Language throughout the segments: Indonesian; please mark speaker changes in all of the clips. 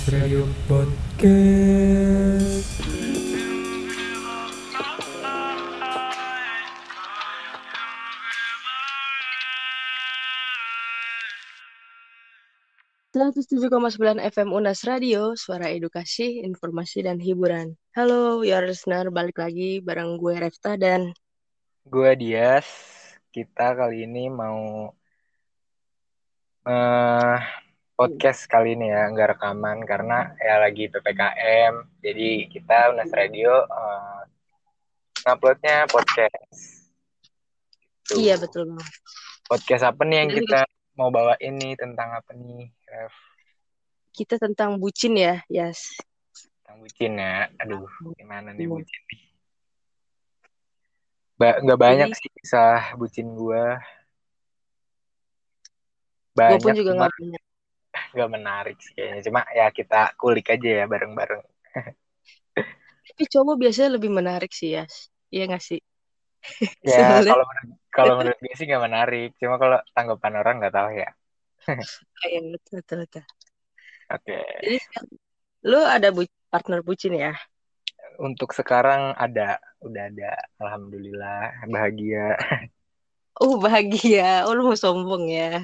Speaker 1: Radio Podcast.
Speaker 2: .9 FM Unas Radio, suara edukasi, informasi, dan hiburan. Halo, your listener, balik lagi bareng gue Refta dan
Speaker 3: Gue Dias, kita kali ini mau eh, podcast kali ini ya, nggak rekaman karena ya lagi PPKM. Jadi kita Unas Radio nguploadnya podcast.
Speaker 2: iya
Speaker 3: Tuh.
Speaker 2: betul banget.
Speaker 3: Podcast apa nih yang
Speaker 2: Kita juga
Speaker 3: kita mau bawa ini tentang apa nih, Ref?
Speaker 2: kita tentang bucin ya, Yas.
Speaker 3: Tentang bucin ya. Aduh, gimana nih
Speaker 2: Iya.
Speaker 3: bucin nih? Nggak banyak
Speaker 2: Jadi
Speaker 3: sih kisah bucin gue.
Speaker 2: gue pun
Speaker 3: Banyak
Speaker 2: juga
Speaker 3: cuma
Speaker 2: nggak punya.
Speaker 3: nggak menarik sih kayaknya. Cuma ya kita kulik aja ya bareng-bareng.
Speaker 2: Tapi cowok biasanya lebih menarik sih, Yas. Iya nggak sih?
Speaker 3: Ya,
Speaker 2: Soalnya,
Speaker 3: kalau menurut gue sih nggak menarik. Cuma kalau tanggapan orang nggak tahu ya.
Speaker 2: iya betul, betul, betul.
Speaker 3: Oke.
Speaker 2: Jadi lu ada partner bucin ya?
Speaker 3: Untuk sekarang udah ada. Alhamdulillah, bahagia.
Speaker 2: Oh bahagia, oh lu mau sombong ya?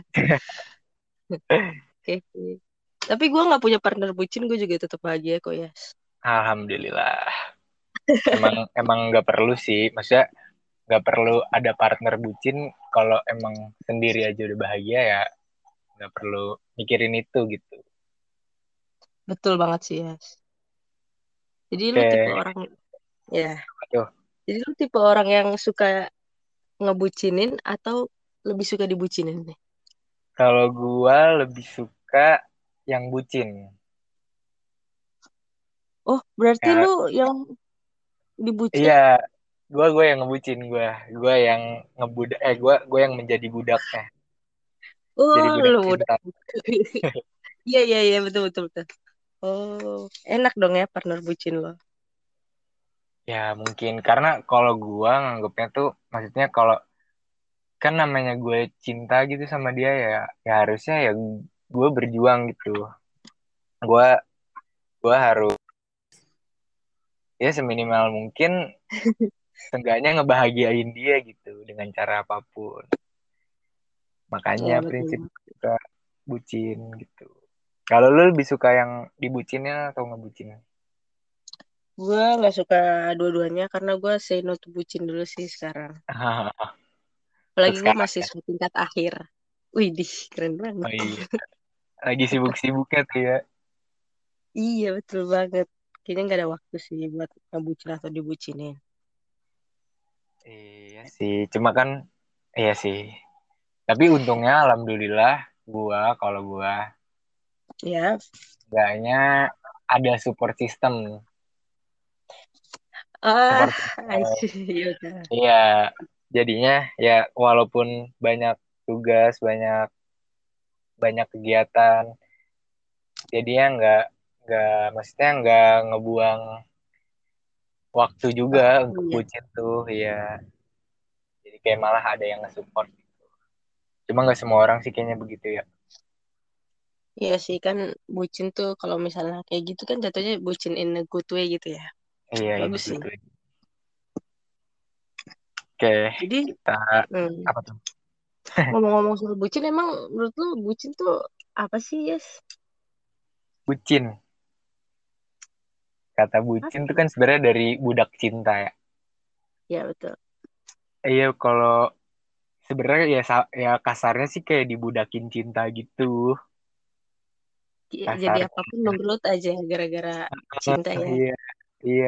Speaker 2: Oke. Tapi gue nggak punya partner bucin, gue juga tetap bahagia kok, Yas.
Speaker 3: Alhamdulillah. Emang nggak perlu sih. Maksudnya nggak perlu ada partner bucin. Kalau emang sendiri aja udah bahagia ya nggak perlu mikirin itu gitu.
Speaker 2: Betul banget sih, Yas. Jadi lu tipe
Speaker 3: Oke.
Speaker 2: orang ya.
Speaker 3: Tuh.
Speaker 2: Jadi lu tipe orang yang suka ngebucinin atau lebih suka dibucinin nih?
Speaker 3: Kalau gua lebih suka yang bucin.
Speaker 2: Oh, berarti
Speaker 3: Ya,
Speaker 2: lu yang dibucin?
Speaker 3: iya, gue yang ngebucin gue yang ngebudak gue yang menjadi budaknya, jadi
Speaker 2: Oh,
Speaker 3: budak
Speaker 2: lu udah.
Speaker 3: cinta.
Speaker 2: Iya, iya, iya, betul, betul, betul. Oh, enak dong ya partner bucin lo.
Speaker 3: Ya mungkin karena kalau gue nganggapnya tuh maksudnya kalau kan namanya gue cinta gitu sama dia ya ya harusnya ya gue berjuang gitu, gue harus ya seminimal mungkin seenggaknya ngebahagiain dia gitu dengan cara apapun, makanya
Speaker 2: Ya, betul.
Speaker 3: prinsip suka bucin gitu. Kalau lu lebih suka yang dibucinin atau ngebucinin?
Speaker 2: Gue nggak suka dua-duanya karena gue say no to bucin dulu sih sekarang.
Speaker 3: Untuk
Speaker 2: Apalagi gue
Speaker 3: sekarang
Speaker 2: masih
Speaker 3: ya.
Speaker 2: tingkat akhir. Wih, keren banget.
Speaker 3: Oh iya, lagi sibuk-sibuknya tuh ya.
Speaker 2: Iya, betul banget. Kayaknya nggak ada waktu sih buat ngebucin atau dibucinin.
Speaker 3: Iya sih, cuma kan iya sih. Tapi untungnya alhamdulillah kalau gua
Speaker 2: Ya,
Speaker 3: enggaknya ada support system.
Speaker 2: ah,
Speaker 3: Support
Speaker 2: I
Speaker 3: system.
Speaker 2: see. Ya udah.
Speaker 3: Iya, jadinya ya walaupun banyak tugas, banyak banyak kegiatan, jadinya nggak maksudnya nggak ngebuang waktu juga
Speaker 2: Waktu
Speaker 3: untuk
Speaker 2: ya.
Speaker 3: bucin tuh, ya. Jadi kayak malah ada yang nge-support. Cuma nggak semua orang sih kayaknya begitu ya.
Speaker 2: Iya sih kan bucin tuh kalau misalnya kayak gitu kan jatuhnya bucin in a good way gitu ya.
Speaker 3: Iya ini
Speaker 2: Bagus sih.
Speaker 3: gitu. Oke,
Speaker 2: Jadi
Speaker 3: kita
Speaker 2: hmm,
Speaker 3: apa tuh?
Speaker 2: ngomong-ngomong soal bucin emang menurut lu bucin tuh apa sih, Yes?
Speaker 3: Bucin. Kata
Speaker 2: Apa
Speaker 3: bucin tuh
Speaker 2: ya?
Speaker 3: kan sebenarnya dari budak cinta ya.
Speaker 2: Ya betul.
Speaker 3: Iya, kalau sebenarnya ya ya kasarnya sih kayak dibudakin cinta gitu.
Speaker 2: Jadi
Speaker 3: Kasar.
Speaker 2: apapun nurut aja gara-gara cinta ya.
Speaker 3: Iya, iya.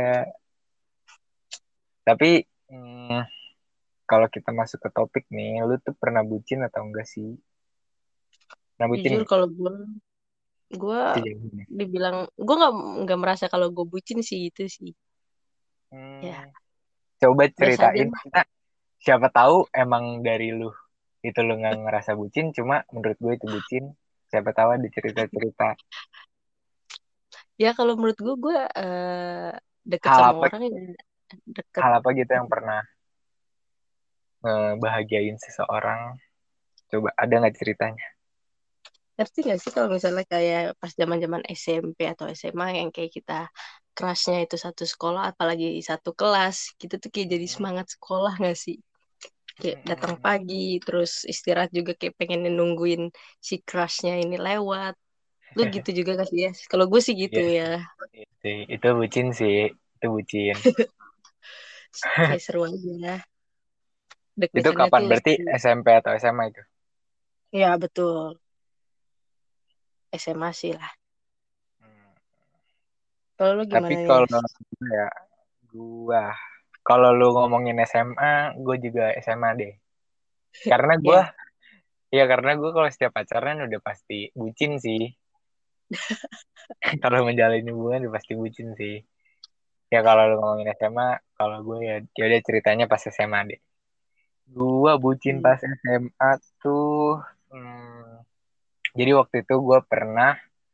Speaker 3: Tapi hmm, kalau kita masuk ke topik nih, lu tuh pernah bucin atau enggak sih? Pernah bucin
Speaker 2: Jujur
Speaker 3: nggak
Speaker 2: kalau gue
Speaker 3: sejauh ini?
Speaker 2: dibilang gue nggak merasa kalau gue bucin sih itu sih. Ya
Speaker 3: Hmm, coba
Speaker 2: biasa aja
Speaker 3: ceritain.
Speaker 2: lah.
Speaker 3: Nah, siapa tahu emang dari lu itu lu nggak ngerasa bucin, cuma menurut gue itu bucin. Siapa tahu ada cerita-cerita
Speaker 2: Ya kalau menurut gue deket
Speaker 3: hal
Speaker 2: sama
Speaker 3: apa
Speaker 2: orang ya deket.
Speaker 3: hal apa gitu yang pernah ngebahagiain seseorang. Coba ada nggak ceritanya?
Speaker 2: Ngerti gak sih kalau misalnya kayak pas zaman-zaman SMP atau SMA yang kayak kita kerasnya itu satu sekolah, apalagi satu kelas, kita tuh kayak jadi
Speaker 3: Hmm.
Speaker 2: semangat sekolah gak sih? Kayak datang
Speaker 3: Mm-mm.
Speaker 2: pagi, terus istirahat juga kayak pengen nungguin si crushnya ini lewat. Lu gitu juga gak sih ya? Kalau gue sih gitu
Speaker 3: Iya
Speaker 2: ya.
Speaker 3: sih, iya sih. Itu bucin sih, itu bucin.
Speaker 2: Kayak seru aja.
Speaker 3: Itu
Speaker 2: Deg-degannya
Speaker 3: kapan?
Speaker 2: tuh
Speaker 3: Berarti
Speaker 2: seru.
Speaker 3: SMP atau SMA itu?
Speaker 2: Ya betul. SMA sih lah.
Speaker 3: Hmm.
Speaker 2: Kalau lu
Speaker 3: Tapi
Speaker 2: gimana nih,
Speaker 3: kalau
Speaker 2: Yas?
Speaker 3: ya, gua, kalau lu ngomongin SMA, gue juga SMA deh. Karena gue,
Speaker 2: Ya.
Speaker 3: ya karena gue kalau setiap pacaran udah pasti bucin sih. Kalau menjalin hubungan udah pasti bucin sih. Ya kalau lu ngomongin SMA, kalau gue ya udah ceritanya pas SMA deh. Gua bucin
Speaker 2: Hmm.
Speaker 3: pas SMA tuh, hmm, jadi waktu itu gue pernah,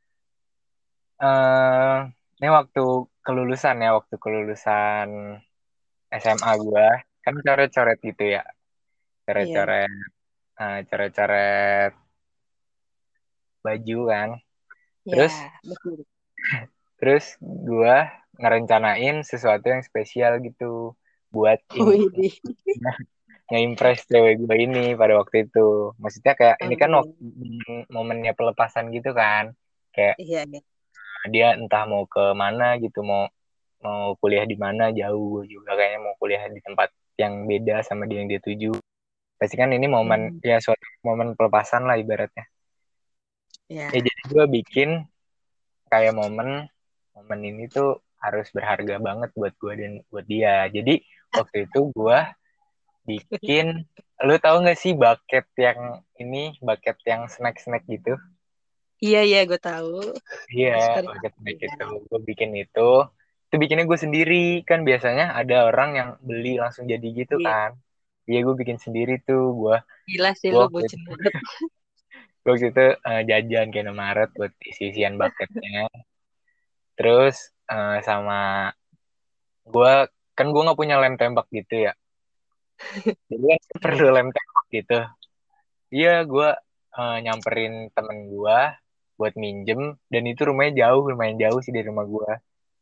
Speaker 3: eh ini waktu kelulusan ya, waktu kelulusan SMA gue, kan coret-coret gitu ya,
Speaker 2: Iya.
Speaker 3: coret-coret, coret-coret baju kan. Terus,
Speaker 2: Ya, betul.
Speaker 3: terus gue ngerencanain sesuatu yang spesial gitu buat
Speaker 2: Wih,
Speaker 3: nge-impress cewek gue ini pada waktu itu. Maksudnya kayak ini kan waktu
Speaker 2: amin.
Speaker 3: momennya pelepasan gitu kan. Kayak
Speaker 2: Iya, iya.
Speaker 3: dia entah mau ke mana gitu, mau mau kuliah di mana jauh, gue juga kayaknya mau kuliah di tempat yang beda sama dia yang dia tuju. Pasti kan ini momen
Speaker 2: Hmm.
Speaker 3: ya suatu momen pelepasan lah ibaratnya.
Speaker 2: Ya.
Speaker 3: Ya jadi gue bikin kayak momen momen ini tuh harus berharga banget buat gue dan buat dia. Jadi waktu itu gue bikin, lu tahu nggak sih bucket yang ini, bucket yang snack-snack gitu?
Speaker 2: Iya, iya, gue tahu.
Speaker 3: Iya,
Speaker 2: Gue suka
Speaker 3: bucket
Speaker 2: dipakai
Speaker 3: snack itu.
Speaker 2: kan.
Speaker 3: Gue bikin itu bikinnya gue sendiri. Kan biasanya ada orang yang beli langsung jadi gitu
Speaker 2: Iya.
Speaker 3: kan. Iya, gue bikin sendiri tuh.
Speaker 2: Gila sih
Speaker 3: Gue
Speaker 2: lu
Speaker 3: waktu
Speaker 2: bucin
Speaker 3: itu,
Speaker 2: banget.
Speaker 3: jajan ke Indomaret buat isi-isian bucketnya. Terus sama gue, kan gue nggak punya lem tembak gitu ya. Jadi kan perlu
Speaker 2: Iya.
Speaker 3: lem tembak gitu. Iya, gue nyamperin temen gue buat minjem, dan itu rumahnya jauh, lumayan jauh sih dari rumah gue.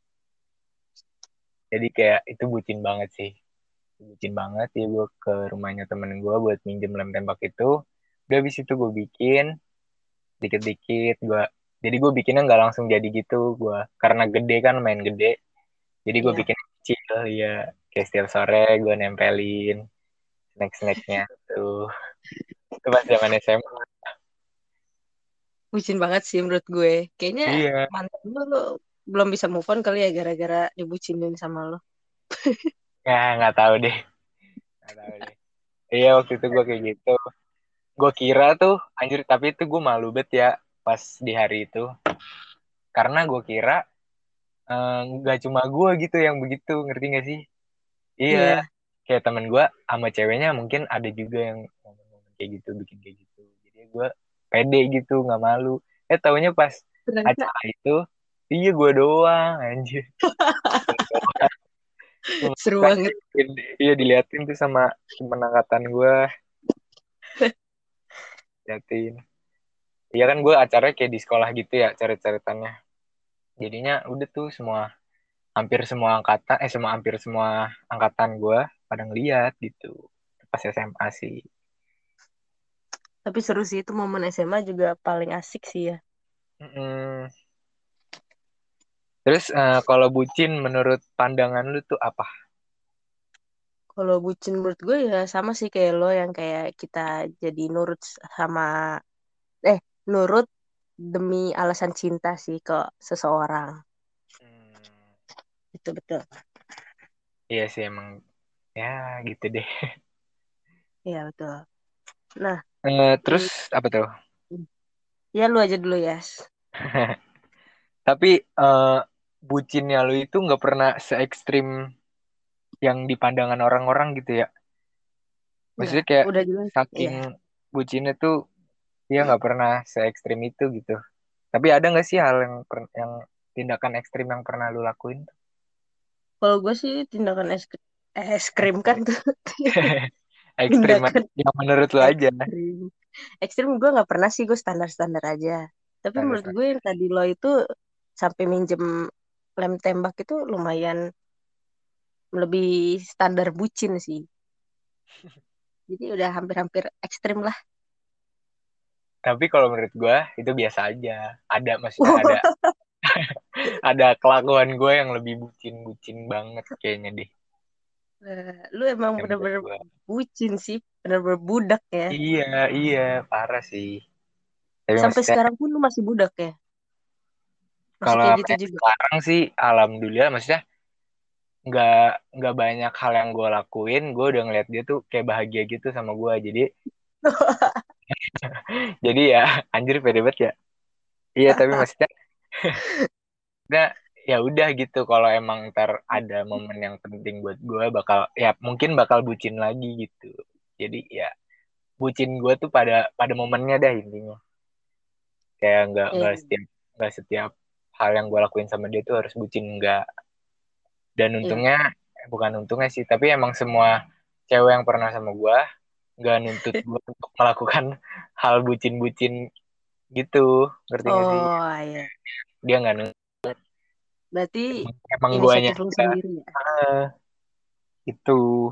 Speaker 3: Jadi kayak itu bucin banget sih, bucin banget ya gue ke rumahnya temen gue buat minjem lem tembak itu. Udah habis itu gue bikin dikit-dikit gue. Jadi gue bikinnya nggak langsung jadi gitu, gue karena gede kan, main gede. Jadi gue
Speaker 2: Iya.
Speaker 3: bikin kecil ya, kayak setiap sore gue nempelin snack-snacknya tuh. Itu pas zaman SMA.
Speaker 2: Bucin banget sih menurut gue. Kayaknya
Speaker 3: Iya,
Speaker 2: mantan lu belum bisa move on kali ya gara-gara dibucinin sama lo.
Speaker 3: ya nggak tahu deh, nggak tahu deh. Iya waktu itu gue kayak gitu. Gue kira tuh, anjir, tapi itu gue malu bet ya pas di hari itu. Karena gue kira nggak cuma gue gitu yang begitu, ngerti gak sih? Iya,
Speaker 2: Iya.
Speaker 3: kayak temen gue sama ceweknya mungkin ada juga yang ngomong-ngomong kayak gitu, bikin kayak gitu. Jadi gue pede gitu, nggak malu. Taunya pas
Speaker 2: Ternyata
Speaker 3: acara itu, iya gue doang, anjir.
Speaker 2: seru banget.
Speaker 3: Iya diliatin tuh sama temen angkatan gue, liatin. Iya kan gue acaranya kayak di sekolah gitu ya, coret-coretannya. Jadinya udah tuh semua, hampir semua angkatan, hampir semua angkatan gue pada ngeliat gitu. Pas SMA sih.
Speaker 2: Tapi seru sih itu momen SMA juga paling asik sih ya.
Speaker 3: Mm-mm. Terus kalau bucin menurut pandangan lu tuh apa?
Speaker 2: Kalau bucin menurut gue ya sama sih kayak lo yang kayak kita jadi nurut sama eh nurut demi alasan cinta sih ke seseorang.
Speaker 3: Hmm,
Speaker 2: Itu betul.
Speaker 3: iya sih emang ya gitu deh.
Speaker 2: Iya betul. Nah,
Speaker 3: Terus
Speaker 2: i-
Speaker 3: apa tuh?
Speaker 2: ya lu aja dulu ya.
Speaker 3: Tapi bucinnya lu itu nggak pernah se ekstrim yang di pandangan orang-orang gitu ya?
Speaker 2: Enggak,
Speaker 3: Maksudnya kayak
Speaker 2: udah jelas.
Speaker 3: saking
Speaker 2: Iya.
Speaker 3: bucinnya tuh dia nggak pernah se ekstrim itu gitu. Tapi ada nggak sih hal yang tindakan ekstrim yang pernah lu lakuin?
Speaker 2: Kalau gue sih tindakan es krim kan
Speaker 3: Ekstrim.
Speaker 2: tuh
Speaker 3: Ekstrim
Speaker 2: tindakan
Speaker 3: yang menurut lu aja.
Speaker 2: ekstrim. Ekstrim gue nggak pernah sih, gue standar-standar aja. Tapi menurut
Speaker 3: Standar.
Speaker 2: gue yang tadi lo itu sampai minjem lem tembak itu lumayan lebih standar bucin sih. Jadi udah hampir-hampir ekstrim lah.
Speaker 3: Tapi kalau menurut gue itu biasa aja. Ada maksudnya ada kelakuan gue yang lebih bucin-bucin banget kayaknya deh.
Speaker 2: Lu emang
Speaker 3: Yang menurut
Speaker 2: bener-bener
Speaker 3: gue.
Speaker 2: bucin sih, bener-bener budak ya.
Speaker 3: Iya, iya, parah sih. Tapi
Speaker 2: Sampai
Speaker 3: maksudnya
Speaker 2: sekarang pun lu masih budak ya, masih
Speaker 3: kalau
Speaker 2: kayak gitu
Speaker 3: sampai
Speaker 2: juga.
Speaker 3: sekarang sih, alhamdulillah, maksudnya nggak nggak banyak hal yang gue lakuin. Gue udah ngeliat dia tuh kayak bahagia gitu sama gue. Jadi ya, anjir pede banget ya. Iya, tapi maksudnya udah ya udah gitu. Kalau emang ntar ada momen yang penting buat gue, bakal ya mungkin bakal bucin lagi gitu. Jadi ya bucin gue tuh pada pada momennya dah intinya. Kayak
Speaker 2: Eh,
Speaker 3: nggak setiap hal yang gue lakuin sama dia tuh harus bucin nggak. Dan
Speaker 2: iya.
Speaker 3: untungnya bukan untungnya sih, tapi emang semua cewek yang pernah sama gue nggak nuntut gue untuk melakukan hal bucin-bucin gitu, ngerti nggak sih?
Speaker 2: Oh iya.
Speaker 3: Dia nggak nuntut,
Speaker 2: Berarti
Speaker 3: emang guanya
Speaker 2: inisiatif lu
Speaker 3: aja.
Speaker 2: sendiri ya.
Speaker 3: Ah, itu.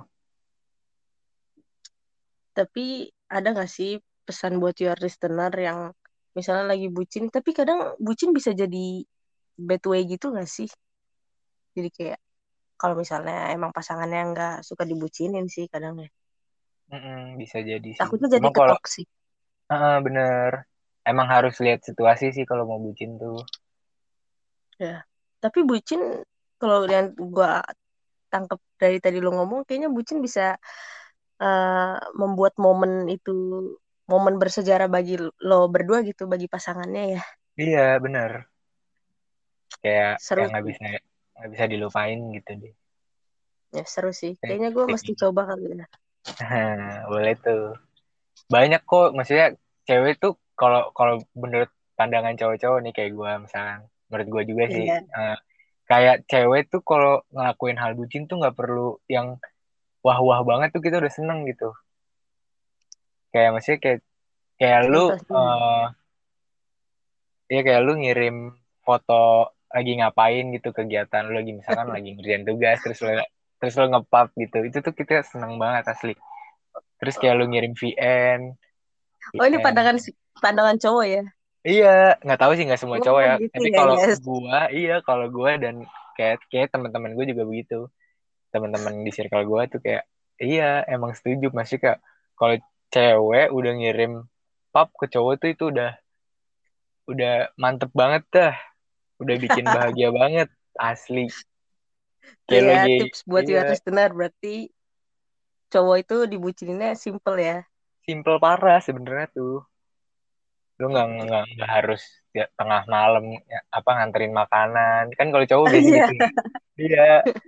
Speaker 2: Tapi ada nggak sih pesan buat your listener yang misalnya lagi bucin, tapi kadang bucin bisa jadi bad way gitu nggak sih? Jadi kayak kalau misalnya emang pasangannya nggak suka dibucinin sih kadang ya.
Speaker 3: Bisa jadi sih.
Speaker 2: Takutnya jadi
Speaker 3: Cuma
Speaker 2: ke
Speaker 3: kalau
Speaker 2: toxic.
Speaker 3: bener, emang harus lihat situasi sih kalau mau bucin tuh.
Speaker 2: Ya. Tapi bucin kalau yang gua tangkep dari tadi lo ngomong, kayaknya bucin bisa membuat momen itu momen bersejarah bagi lo berdua gitu, bagi pasangannya ya.
Speaker 3: Iya bener, kayak yang
Speaker 2: Seru sih.
Speaker 3: nggak bisa dilupain gitu deh.
Speaker 2: Ya seru sih.
Speaker 3: Kayak
Speaker 2: Kayaknya gue mesti coba kali ya.
Speaker 3: boleh tuh. Banyak kok, maksudnya cewek tuh kalau kalau menurut pandangan cowok-cowok nih kayak gue misalkan, menurut gue juga sih,
Speaker 2: Iya.
Speaker 3: eh, kayak cewek tuh kalau ngelakuin hal bucin tuh nggak perlu yang wah-wah banget tuh kita udah seneng gitu. Kayak maksudnya kayak kayak lu
Speaker 2: Simple sih.
Speaker 3: eh ya kayak lu ngirim foto lagi ngapain gitu, kegiatan lu lagi misalkan lagi ngerjain tugas, terus lu nge-pub gitu, itu tuh kita seneng banget asli. Terus kayak lu ngirim VN
Speaker 2: Oh ini
Speaker 3: VN.
Speaker 2: pandangan cowok ya.
Speaker 3: Iya, nggak tahu sih nggak semua cowok
Speaker 2: Oh
Speaker 3: ya.
Speaker 2: gitu
Speaker 3: Tapi
Speaker 2: ya
Speaker 3: kalau
Speaker 2: guys.
Speaker 3: iya kalau gua dan kayak kayak teman-teman gue juga begitu. Teman-teman di circle gua tuh kayak iya emang setuju. Masih kayak kalau cewek udah ngirim pap ke cowok tuh itu udah mantep banget dah. Udah bikin bahagia banget asli.
Speaker 2: Tuh
Speaker 3: Kayak
Speaker 2: ya
Speaker 3: lagi
Speaker 2: tips buat
Speaker 3: iya
Speaker 2: your listener. Berarti cowok itu dibucininnya simple ya.
Speaker 3: simple parah sebenarnya tuh. Lu nggak harus ya, tengah malam ya, apa nganterin makanan. Kan kalau cowok biasa gitu.
Speaker 2: Iya.
Speaker 3: Iya.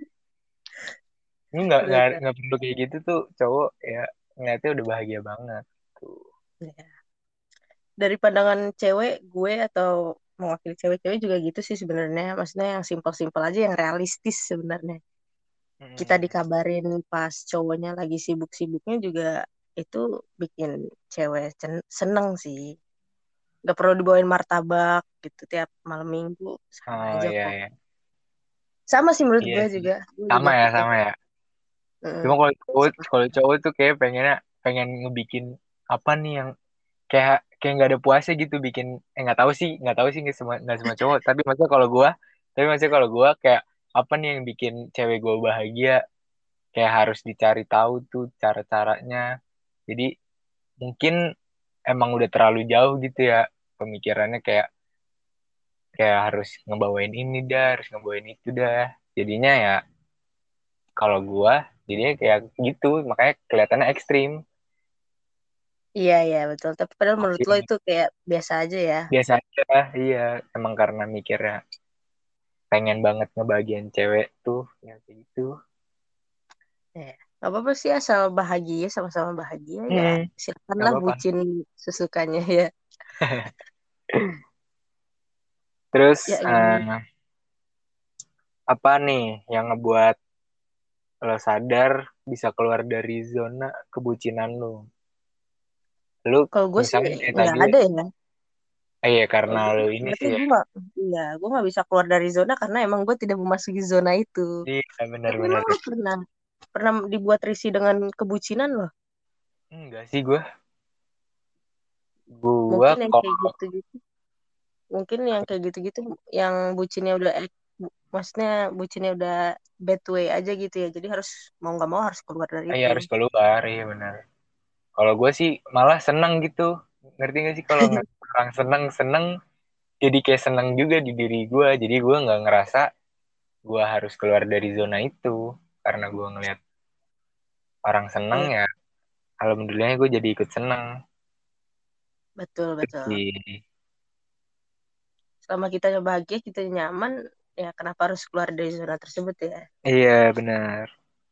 Speaker 3: Lu
Speaker 2: Bener.
Speaker 3: nggak perlu kayak gitu tuh cowok ya ngeliatnya udah bahagia banget tuh.
Speaker 2: Ya. Dari pandangan cewek, gue atau mewakili cewek-cewek juga gitu sih sebenarnya. Maksudnya yang simpel-simpel aja, yang realistis sebenarnya. Kita
Speaker 3: Hmm.
Speaker 2: dikabarin pas cowoknya lagi sibuk-sibuknya juga itu bikin cewek seneng sih. Gak perlu dibawain martabak gitu tiap malam minggu. Sama
Speaker 3: Oh
Speaker 2: aja
Speaker 3: iya
Speaker 2: kok.
Speaker 3: ya,
Speaker 2: Sama sih menurut
Speaker 3: iya
Speaker 2: gue
Speaker 3: sih.
Speaker 2: juga. Gue
Speaker 3: Sama
Speaker 2: juga
Speaker 3: ya
Speaker 2: gitu.
Speaker 3: sama ya.
Speaker 2: Mm.
Speaker 3: Cuma kalau cowok tuh kayak pengen ngebikin apa nih yang kayak kayak nggak ada puasnya gitu bikin nggak tahu sih nggak semua cowok tapi maksudnya kalau gua kayak apa nih yang bikin cewek gua bahagia kayak harus dicari tahu tuh cara-caranya. Jadi mungkin emang udah terlalu jauh gitu ya pemikirannya kayak kayak harus ngebawain ini dah, harus ngebawain itu dah. Jadinya ya kalau gua jadinya kayak gitu, makanya kelihatannya ekstrim.
Speaker 2: Iya, iya betul. Tapi padahal menurut lo itu kayak biasa aja ya.
Speaker 3: Biasa aja, iya. Emang karena mikirnya pengen banget ngebagian cewek tuh, ya kayak gitu.
Speaker 2: Ya. Gak apa-apa sih asal bahagia, sama-sama bahagia ya.
Speaker 3: Gak
Speaker 2: Silakanlah
Speaker 3: apa-apa.
Speaker 2: bucin sesukanya ya.
Speaker 3: Terus
Speaker 2: Ya gimana?
Speaker 3: apa nih yang ngebuat lo sadar bisa keluar dari zona kebucinan lo? Lu
Speaker 2: Kalau gue sih
Speaker 3: misalnya kayak
Speaker 2: nggak
Speaker 3: tadi,
Speaker 2: ada ya.
Speaker 3: iya
Speaker 2: Kalau
Speaker 3: karena
Speaker 2: gue
Speaker 3: lu ini
Speaker 2: berarti
Speaker 3: sih ya.
Speaker 2: gue nggak bisa keluar dari zona karena emang gue tidak memasuki zona itu.
Speaker 3: Iya
Speaker 2: Tapi emang
Speaker 3: benar-benar.
Speaker 2: lu pernah pernah dibuat risih dengan kebucinan loh.
Speaker 3: Enggak sih gue
Speaker 2: Mungkin yang kayak
Speaker 3: kalau
Speaker 2: gitu-gitu. Mungkin yang kayak gitu-gitu yang bucinnya udah maksudnya bucinnya udah bad way aja gitu ya. Jadi harus mau nggak mau harus keluar dari
Speaker 3: ya
Speaker 2: itu.
Speaker 3: harus keluar, iya benar. Kalau gue sih malah seneng gitu, ngerti gak sih kalau orang seneng seneng jadi kayak seneng juga di diri gue, jadi gue nggak ngerasa gue harus keluar dari zona itu karena gue ngelihat orang seneng
Speaker 2: Iya,
Speaker 3: ya, alhamdulillahnya gue jadi ikut seneng.
Speaker 2: betul
Speaker 3: Itu
Speaker 2: betul.
Speaker 3: sih.
Speaker 2: Selama kita bahagia, kita nyaman, ya kenapa harus keluar dari zona tersebut ya?
Speaker 3: Iya benar.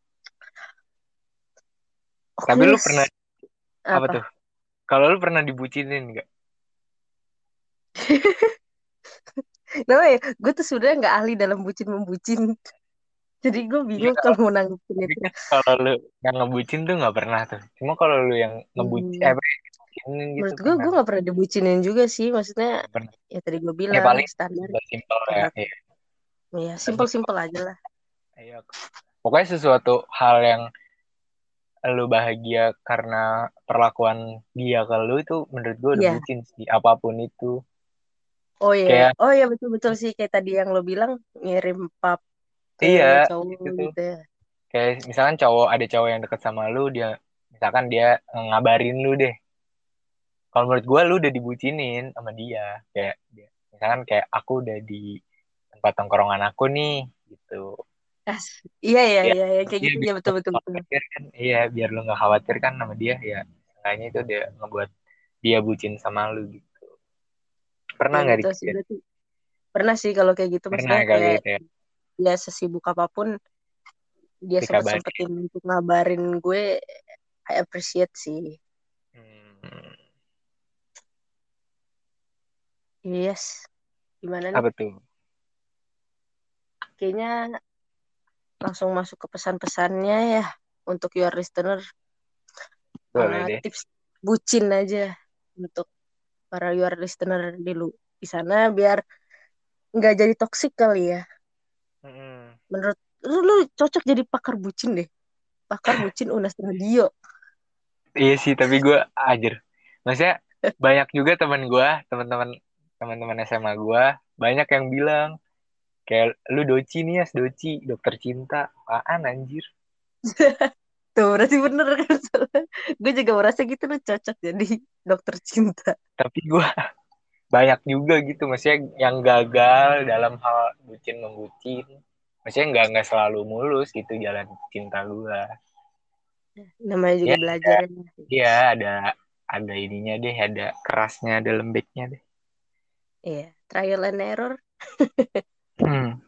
Speaker 3: Tapi
Speaker 2: Oke,
Speaker 3: lu pernah apa tuh?
Speaker 2: apa?
Speaker 3: Kalau lu pernah dibucinin nggak?
Speaker 2: Nah, ya, gue tuh sebenarnya nggak ahli dalam bucin membucin. Jadi gue
Speaker 3: Iya,
Speaker 2: bingung kalau mau nanggepin
Speaker 3: tapi
Speaker 2: itu.
Speaker 3: kan kalau lu yang ngebucin tuh nggak pernah tuh. Cuma kalau lu yang ngebucin,
Speaker 2: Hmm,
Speaker 3: apa ya, ngebucinin gitu
Speaker 2: menurut
Speaker 3: pernah.
Speaker 2: gue nggak pernah dibucinin juga sih. Maksudnya,
Speaker 3: Nggak pernah.
Speaker 2: ya tadi gue
Speaker 3: Ya
Speaker 2: bilang
Speaker 3: paling
Speaker 2: standar.
Speaker 3: simpel-simpel ya.
Speaker 2: Karena
Speaker 3: Iya.
Speaker 2: ya
Speaker 3: Tapi
Speaker 2: simpel-simpel aja lah.
Speaker 3: iya. Pokoknya sesuatu hal yang lu bahagia karena perlakuan dia ke lu itu menurut gue udah
Speaker 2: Iya.
Speaker 3: bucin sih. Apapun itu.
Speaker 2: Oh iya,
Speaker 3: Kayak
Speaker 2: oh iya betul-betul sih kayak tadi yang lo bilang ngirim pap ke
Speaker 3: iya
Speaker 2: cowok
Speaker 3: itu tuh.
Speaker 2: gitu ya.
Speaker 3: Kayak misalkan ada cowok yang deket sama lu, dia misalkan dia ngabarin lu deh. Kalau menurut gue lu udah dibucinin sama dia. Kayak dia, misalkan kayak aku udah di tempat tongkrongan aku nih gitu.
Speaker 2: As, iya iya
Speaker 3: Ya,
Speaker 2: iya yang kayak
Speaker 3: iya
Speaker 2: gitu ya
Speaker 3: biar lu
Speaker 2: betul
Speaker 3: nggak
Speaker 2: betul betul.
Speaker 3: khawatir kan. Iya, biar lu nggak khawatir kan sama dia ya. Seenggaknya itu dia ngebuat dia bucin sama lu gitu. Pernah
Speaker 2: Iya
Speaker 3: nggak
Speaker 2: betul sih
Speaker 3: dikit?
Speaker 2: berarti pernah sih kalau kayak gitu
Speaker 3: Pernah
Speaker 2: maksudnya
Speaker 3: kali
Speaker 2: kayak
Speaker 3: gitu ya
Speaker 2: dia sesibuk apapun dia sempet
Speaker 3: dikabarin.
Speaker 2: sempetin untuk ngabarin gue I appreciate sih.
Speaker 3: Hmm,
Speaker 2: Yes, gimana nih?
Speaker 3: apa tuh?
Speaker 2: Kayaknya langsung masuk ke pesan-pesannya ya untuk your listener.
Speaker 3: Boleh deh.
Speaker 2: Tips bucin aja untuk para your listener di sana biar nggak jadi toksik kali ya.
Speaker 3: Hmm.
Speaker 2: Menurut lu cocok jadi pakar bucin deh. Pakar bucin Unas Radio.
Speaker 3: Iya sih, tapi gue ajar. Maksudnya banyak juga teman gue, teman-teman SMA gue, banyak yang bilang kayak lu doci nih ya, doci, dokter cinta, apaan anjir.
Speaker 2: Tuh berarti bener kan? Gue juga merasa gitu lu cocok jadi dokter cinta.
Speaker 3: Tapi gue banyak juga gitu, maksudnya yang gagal dalam hal bucin membucin. Maksudnya nggak selalu mulus gitu jalan cinta gue.
Speaker 2: Namanya
Speaker 3: Ya,
Speaker 2: juga belajar ya.
Speaker 3: iya ada ininya deh, ada kerasnya, ada lembeknya deh.
Speaker 2: Iya, trial and error.
Speaker 3: Hmm.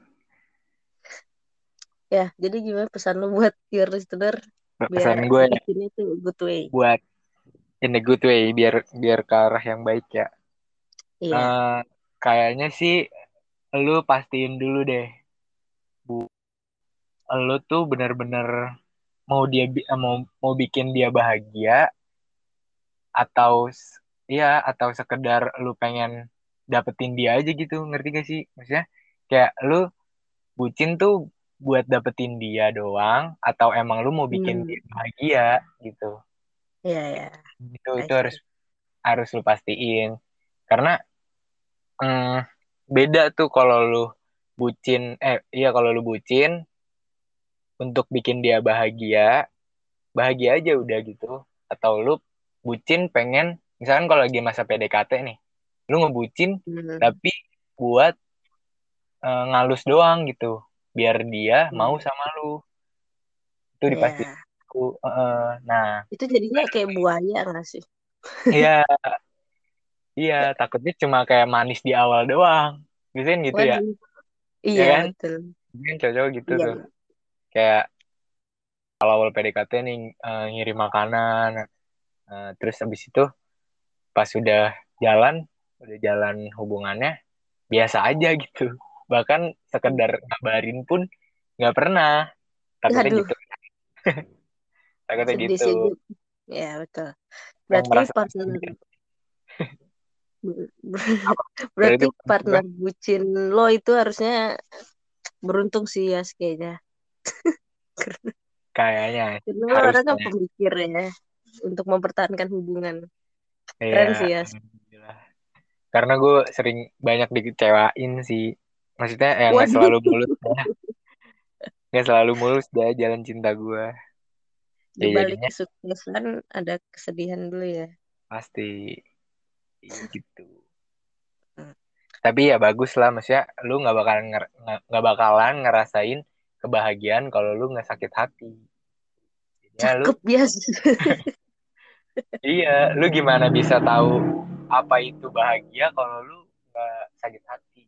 Speaker 2: Ya, jadi gimana pesan lu buat your listener biar
Speaker 3: Pesan gue ya
Speaker 2: bucinnya tuh good way.
Speaker 3: buat in a good way, biar biar ke arah yang baik ya.
Speaker 2: Iya.
Speaker 3: Eh, kayaknya sih lu pastiin dulu deh, Bu. Lu tuh bener-bener mau mau bikin dia bahagia atau ya atau sekedar lu pengen dapetin dia aja gitu, ngerti gak sih? Maksudnya kayak lu bucin tuh buat dapetin dia doang atau emang lu mau bikin
Speaker 2: Hmm.
Speaker 3: dia bahagia gitu.
Speaker 2: Iya, ya. I
Speaker 3: Itu harus
Speaker 2: see.
Speaker 3: harus lu pastiin. Karena hmm, beda tuh kalau lu bucin iya kalau lu bucin untuk bikin dia bahagia, bahagia aja udah gitu. Atau lu bucin pengen misalkan kalau lagi masa PDKT nih, lu ngebucin
Speaker 2: Hmm.
Speaker 3: tapi buat ngalus doang gitu, biar dia mau
Speaker 2: Hmm.
Speaker 3: sama lu. Itu dipastiin
Speaker 2: Ya.
Speaker 3: aku. Nah,
Speaker 2: Itu jadinya kayak buaya nggak sih?
Speaker 3: iya iya takutnya cuma kayak manis di awal doang. Biasanya gitu ya,
Speaker 2: Waduh.
Speaker 3: ya
Speaker 2: Iya,
Speaker 3: kan?
Speaker 2: betul.
Speaker 3: Mungkin cocok gitu
Speaker 2: Iya,
Speaker 3: tuh.
Speaker 2: iya.
Speaker 3: Kayak kalau awal PDKT nih ngirim makanan, terus habis itu pas udah jalan hubungannya biasa aja gitu. Bahkan sekedar ngabarin pun nggak pernah. Takutnya
Speaker 2: Aduh,
Speaker 3: gitu. Takutnya
Speaker 2: sedih
Speaker 3: gitu.
Speaker 2: sih gue. Ya, betul.
Speaker 3: yang
Speaker 2: Berarti
Speaker 3: merasa
Speaker 2: partner
Speaker 3: tersegan. Berarti
Speaker 2: berarti partner bucin lo itu harusnya beruntung sih ya kayaknya.
Speaker 3: kayaknya
Speaker 2: Karena lo orang kan
Speaker 3: harusnya.
Speaker 2: pemikir ya untuk mempertahankan hubungan.
Speaker 3: Iya,
Speaker 2: Keren sih ya.
Speaker 3: alhamdulillah. Karena gue sering banyak dikecewain sih. Maksudnya ya nggak
Speaker 2: Waduh,
Speaker 3: selalu mulus dah. Nggak selalu mulus dah jalan cinta gue.
Speaker 2: di
Speaker 3: Ya
Speaker 2: balik
Speaker 3: jadinya
Speaker 2: kesuksesan ada kesedihan dulu ya.
Speaker 3: pasti iya gitu.
Speaker 2: Hmm.
Speaker 3: Tapi ya bagus lah, maksudnya lu nggak bakalan ngerasain kebahagiaan kalau lu nggak sakit hati. Ya lu
Speaker 2: Cakep ya.
Speaker 3: iya, lu gimana bisa tahu apa itu bahagia kalau lu nggak sakit hati?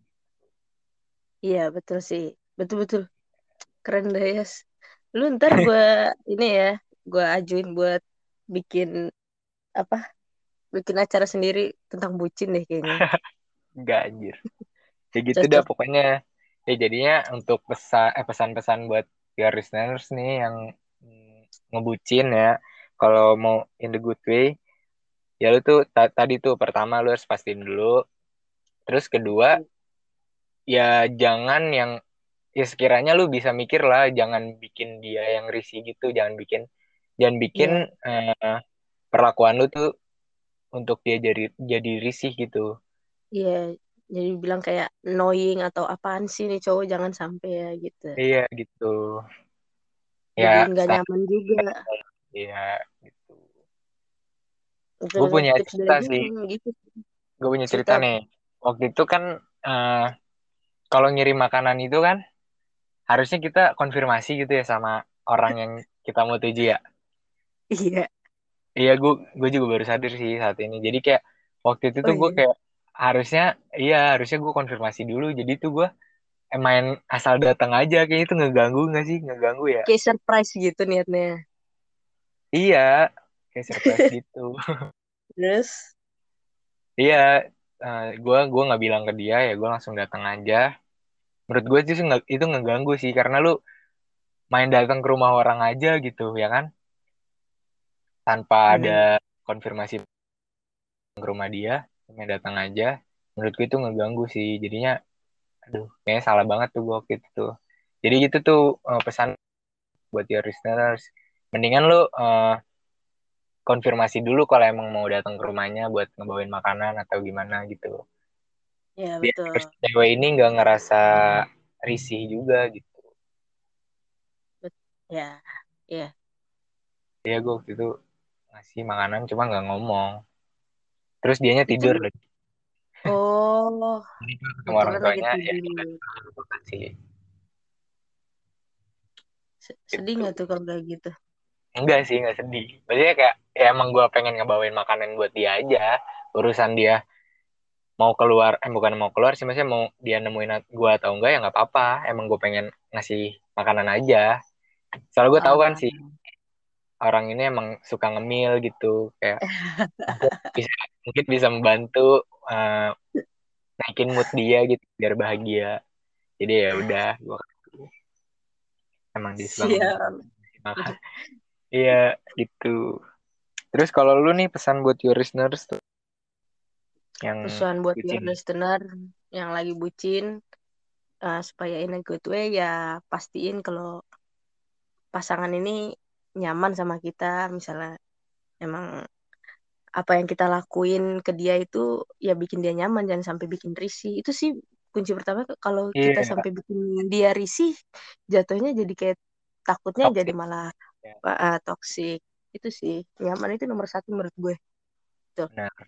Speaker 2: Iya betul sih. Betul-betul. Keren deh Yas. Lu ntar gue ini ya. Gue ajuin buat bikin apa? Bikin acara sendiri tentang bucin deh kayaknya.
Speaker 3: Nggak anjir. Ya gitu dah
Speaker 2: Cocok.
Speaker 3: pokoknya. Ya jadinya untuk pesan-pesan buat your listeners nih yang ngebucin ya. Kalau mau in the good way, ya lu tuh tadi tuh pertama lu harus pastiin dulu. Terus kedua, ya jangan yang ya sekiranya lu bisa mikir lah, jangan bikin dia yang risih gitu, jangan bikin
Speaker 2: Iya.
Speaker 3: eh, perlakuan lu tuh untuk dia jadi risih gitu.
Speaker 2: Iya. Jadi bilang kayak annoying atau apaan sih nih cowok jangan sampai ya gitu.
Speaker 3: Iya gitu.
Speaker 2: Jadi
Speaker 3: Ya
Speaker 2: nggak nyaman juga.
Speaker 3: ya gitu. Gue
Speaker 2: Betul.
Speaker 3: punya
Speaker 2: Tips
Speaker 3: cerita
Speaker 2: dari gue
Speaker 3: sih.
Speaker 2: gitu.
Speaker 3: Gue punya cerita
Speaker 2: Cerita
Speaker 3: nih. Waktu itu kan eh, kalau ngirim makanan itu kan harusnya kita konfirmasi gitu ya sama orang yang kita mau tuju ya.
Speaker 2: iya.
Speaker 3: Iya, gue juga baru sadar sih saat ini. Jadi kayak waktu itu
Speaker 2: Oh
Speaker 3: tuh gue
Speaker 2: iya.
Speaker 3: kayak harusnya, iya harusnya gue konfirmasi dulu. Jadi tuh gue main asal datang aja, kayak itu ngeganggu nggak sih? Ngeganggu ya?
Speaker 2: Kayak surprise gitu niatnya.
Speaker 3: Iya, kayak surprise gitu.
Speaker 2: Terus,
Speaker 3: Iya, gue nggak bilang ke dia ya, gue langsung datang aja. Menurut gue sih itu ngeganggu sih, karena lu main datang ke rumah orang aja gitu, ya kan? Tanpa ada
Speaker 2: hmm,
Speaker 3: konfirmasi ke rumah dia, main datang aja. Menurut gue itu ngeganggu sih. Jadinya aduh, kayaknya salah banget tuh gue waktu itu tuh. Jadi gitu tuh pesan buat your listeners. Mendingan lu konfirmasi dulu kalau emang mau datang ke rumahnya buat ngebawain makanan atau gimana gitu.
Speaker 2: ya
Speaker 3: Biar si
Speaker 2: betul.
Speaker 3: cewek ini nggak ngerasa risih juga gitu.
Speaker 2: Ya, ya.
Speaker 3: Dia gue waktu itu ngasih makanan cuma nggak ngomong. Terus dianya
Speaker 2: Itu,
Speaker 3: tidur lagi.
Speaker 2: oh,
Speaker 3: Jadi gue ketemu orang
Speaker 2: kebetulan lagi
Speaker 3: tuanya, ya
Speaker 2: tidur.
Speaker 3: gue kasih
Speaker 2: Sedih
Speaker 3: gitu.
Speaker 2: nggak tuh kalau kayak gitu?
Speaker 3: Enggak sih, nggak sedih. Maksudnya kayak ya emang gue pengen ngebawain makanan buat dia aja. Urusan dia mau keluar bukan mau keluar sih, maksudnya mau dia nemuin gua atau enggak ya nggak apa-apa, emang gue pengen ngasih makanan aja. Soalnya gue tahu kan
Speaker 2: Ah,
Speaker 3: sih orang ini emang suka ngemil gitu, kayak mungkin bisa mungkin bisa membantu eh, naikin mood dia gitu biar bahagia. Jadi ya udah gue emang dia suka ngemil
Speaker 2: siap.
Speaker 3: makan. Iya gitu. Terus kalau lu nih pesan buat your listeners tuh yang
Speaker 2: Pesan buat your
Speaker 3: kucing.
Speaker 2: listener yang lagi bucin, supaya in a good way ya pastiin kalau pasangan ini nyaman sama kita. Misalnya emang apa yang kita lakuin ke dia itu ya bikin dia nyaman, jangan sampai bikin risih. Itu sih kunci pertama. Kalau kita
Speaker 3: Iya,
Speaker 2: sampai bikin dia risih, jatuhnya jadi kayak takutnya jadi
Speaker 3: toxic
Speaker 2: malah
Speaker 3: ya.
Speaker 2: toxic. Itu sih nyaman itu nomor satu menurut gue. Tuh.
Speaker 3: Nah,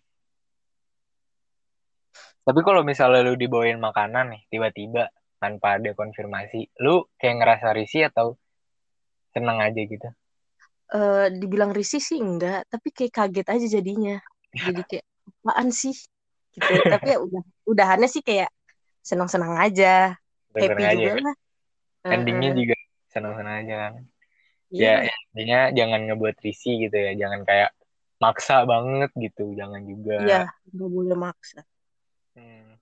Speaker 3: tapi kalau misalnya lu dibawain makanan nih, tiba-tiba tanpa ada konfirmasi, lu kayak ngerasa risih atau seneng aja gitu?
Speaker 2: Dibilang risih sih enggak, tapi kayak kaget aja jadinya. Jadi kayak apaan sih gitu. Tapi ya udahannya sih kayak senang-senang aja, happy
Speaker 3: Seneng aja
Speaker 2: juga
Speaker 3: ya.
Speaker 2: lah.
Speaker 3: Endingnya
Speaker 2: Heeh.
Speaker 3: juga seneng-seneng aja kan. Ya,
Speaker 2: Iyalah,
Speaker 3: ya, intinya jangan ngebuat risih gitu ya. Jangan kayak maksa banget gitu. Jangan juga.
Speaker 2: iya, nggak boleh maksa.
Speaker 3: Hmm.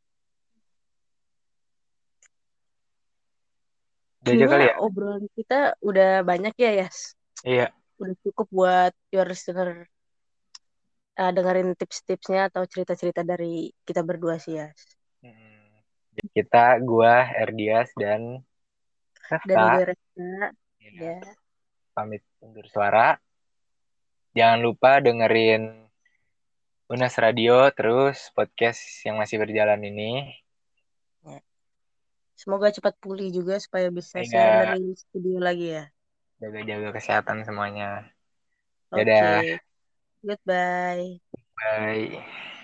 Speaker 3: Udah aja
Speaker 2: Kayaknya
Speaker 3: kali ya?
Speaker 2: obrolan kita udah banyak ya, Yas.
Speaker 3: Iya.
Speaker 2: Udah cukup buat your listener. dengerin tips-tipsnya atau cerita-cerita dari kita berdua sih ya.
Speaker 3: Hmm. Kita, gua, Erdias, dan
Speaker 2: Dan gue
Speaker 3: Rafka
Speaker 2: rasa
Speaker 3: ya,
Speaker 2: ya.
Speaker 3: pamit undur suara. Jangan lupa dengerin Unas Radio terus podcast yang masih berjalan ini.
Speaker 2: Ya. Semoga cepat pulih juga supaya bisa siaran
Speaker 3: Ya,
Speaker 2: dari studio lagi ya.
Speaker 3: jaga-jaga kesehatan semuanya.
Speaker 2: Oke,
Speaker 3: Dadah.
Speaker 2: goodbye.
Speaker 3: Bye.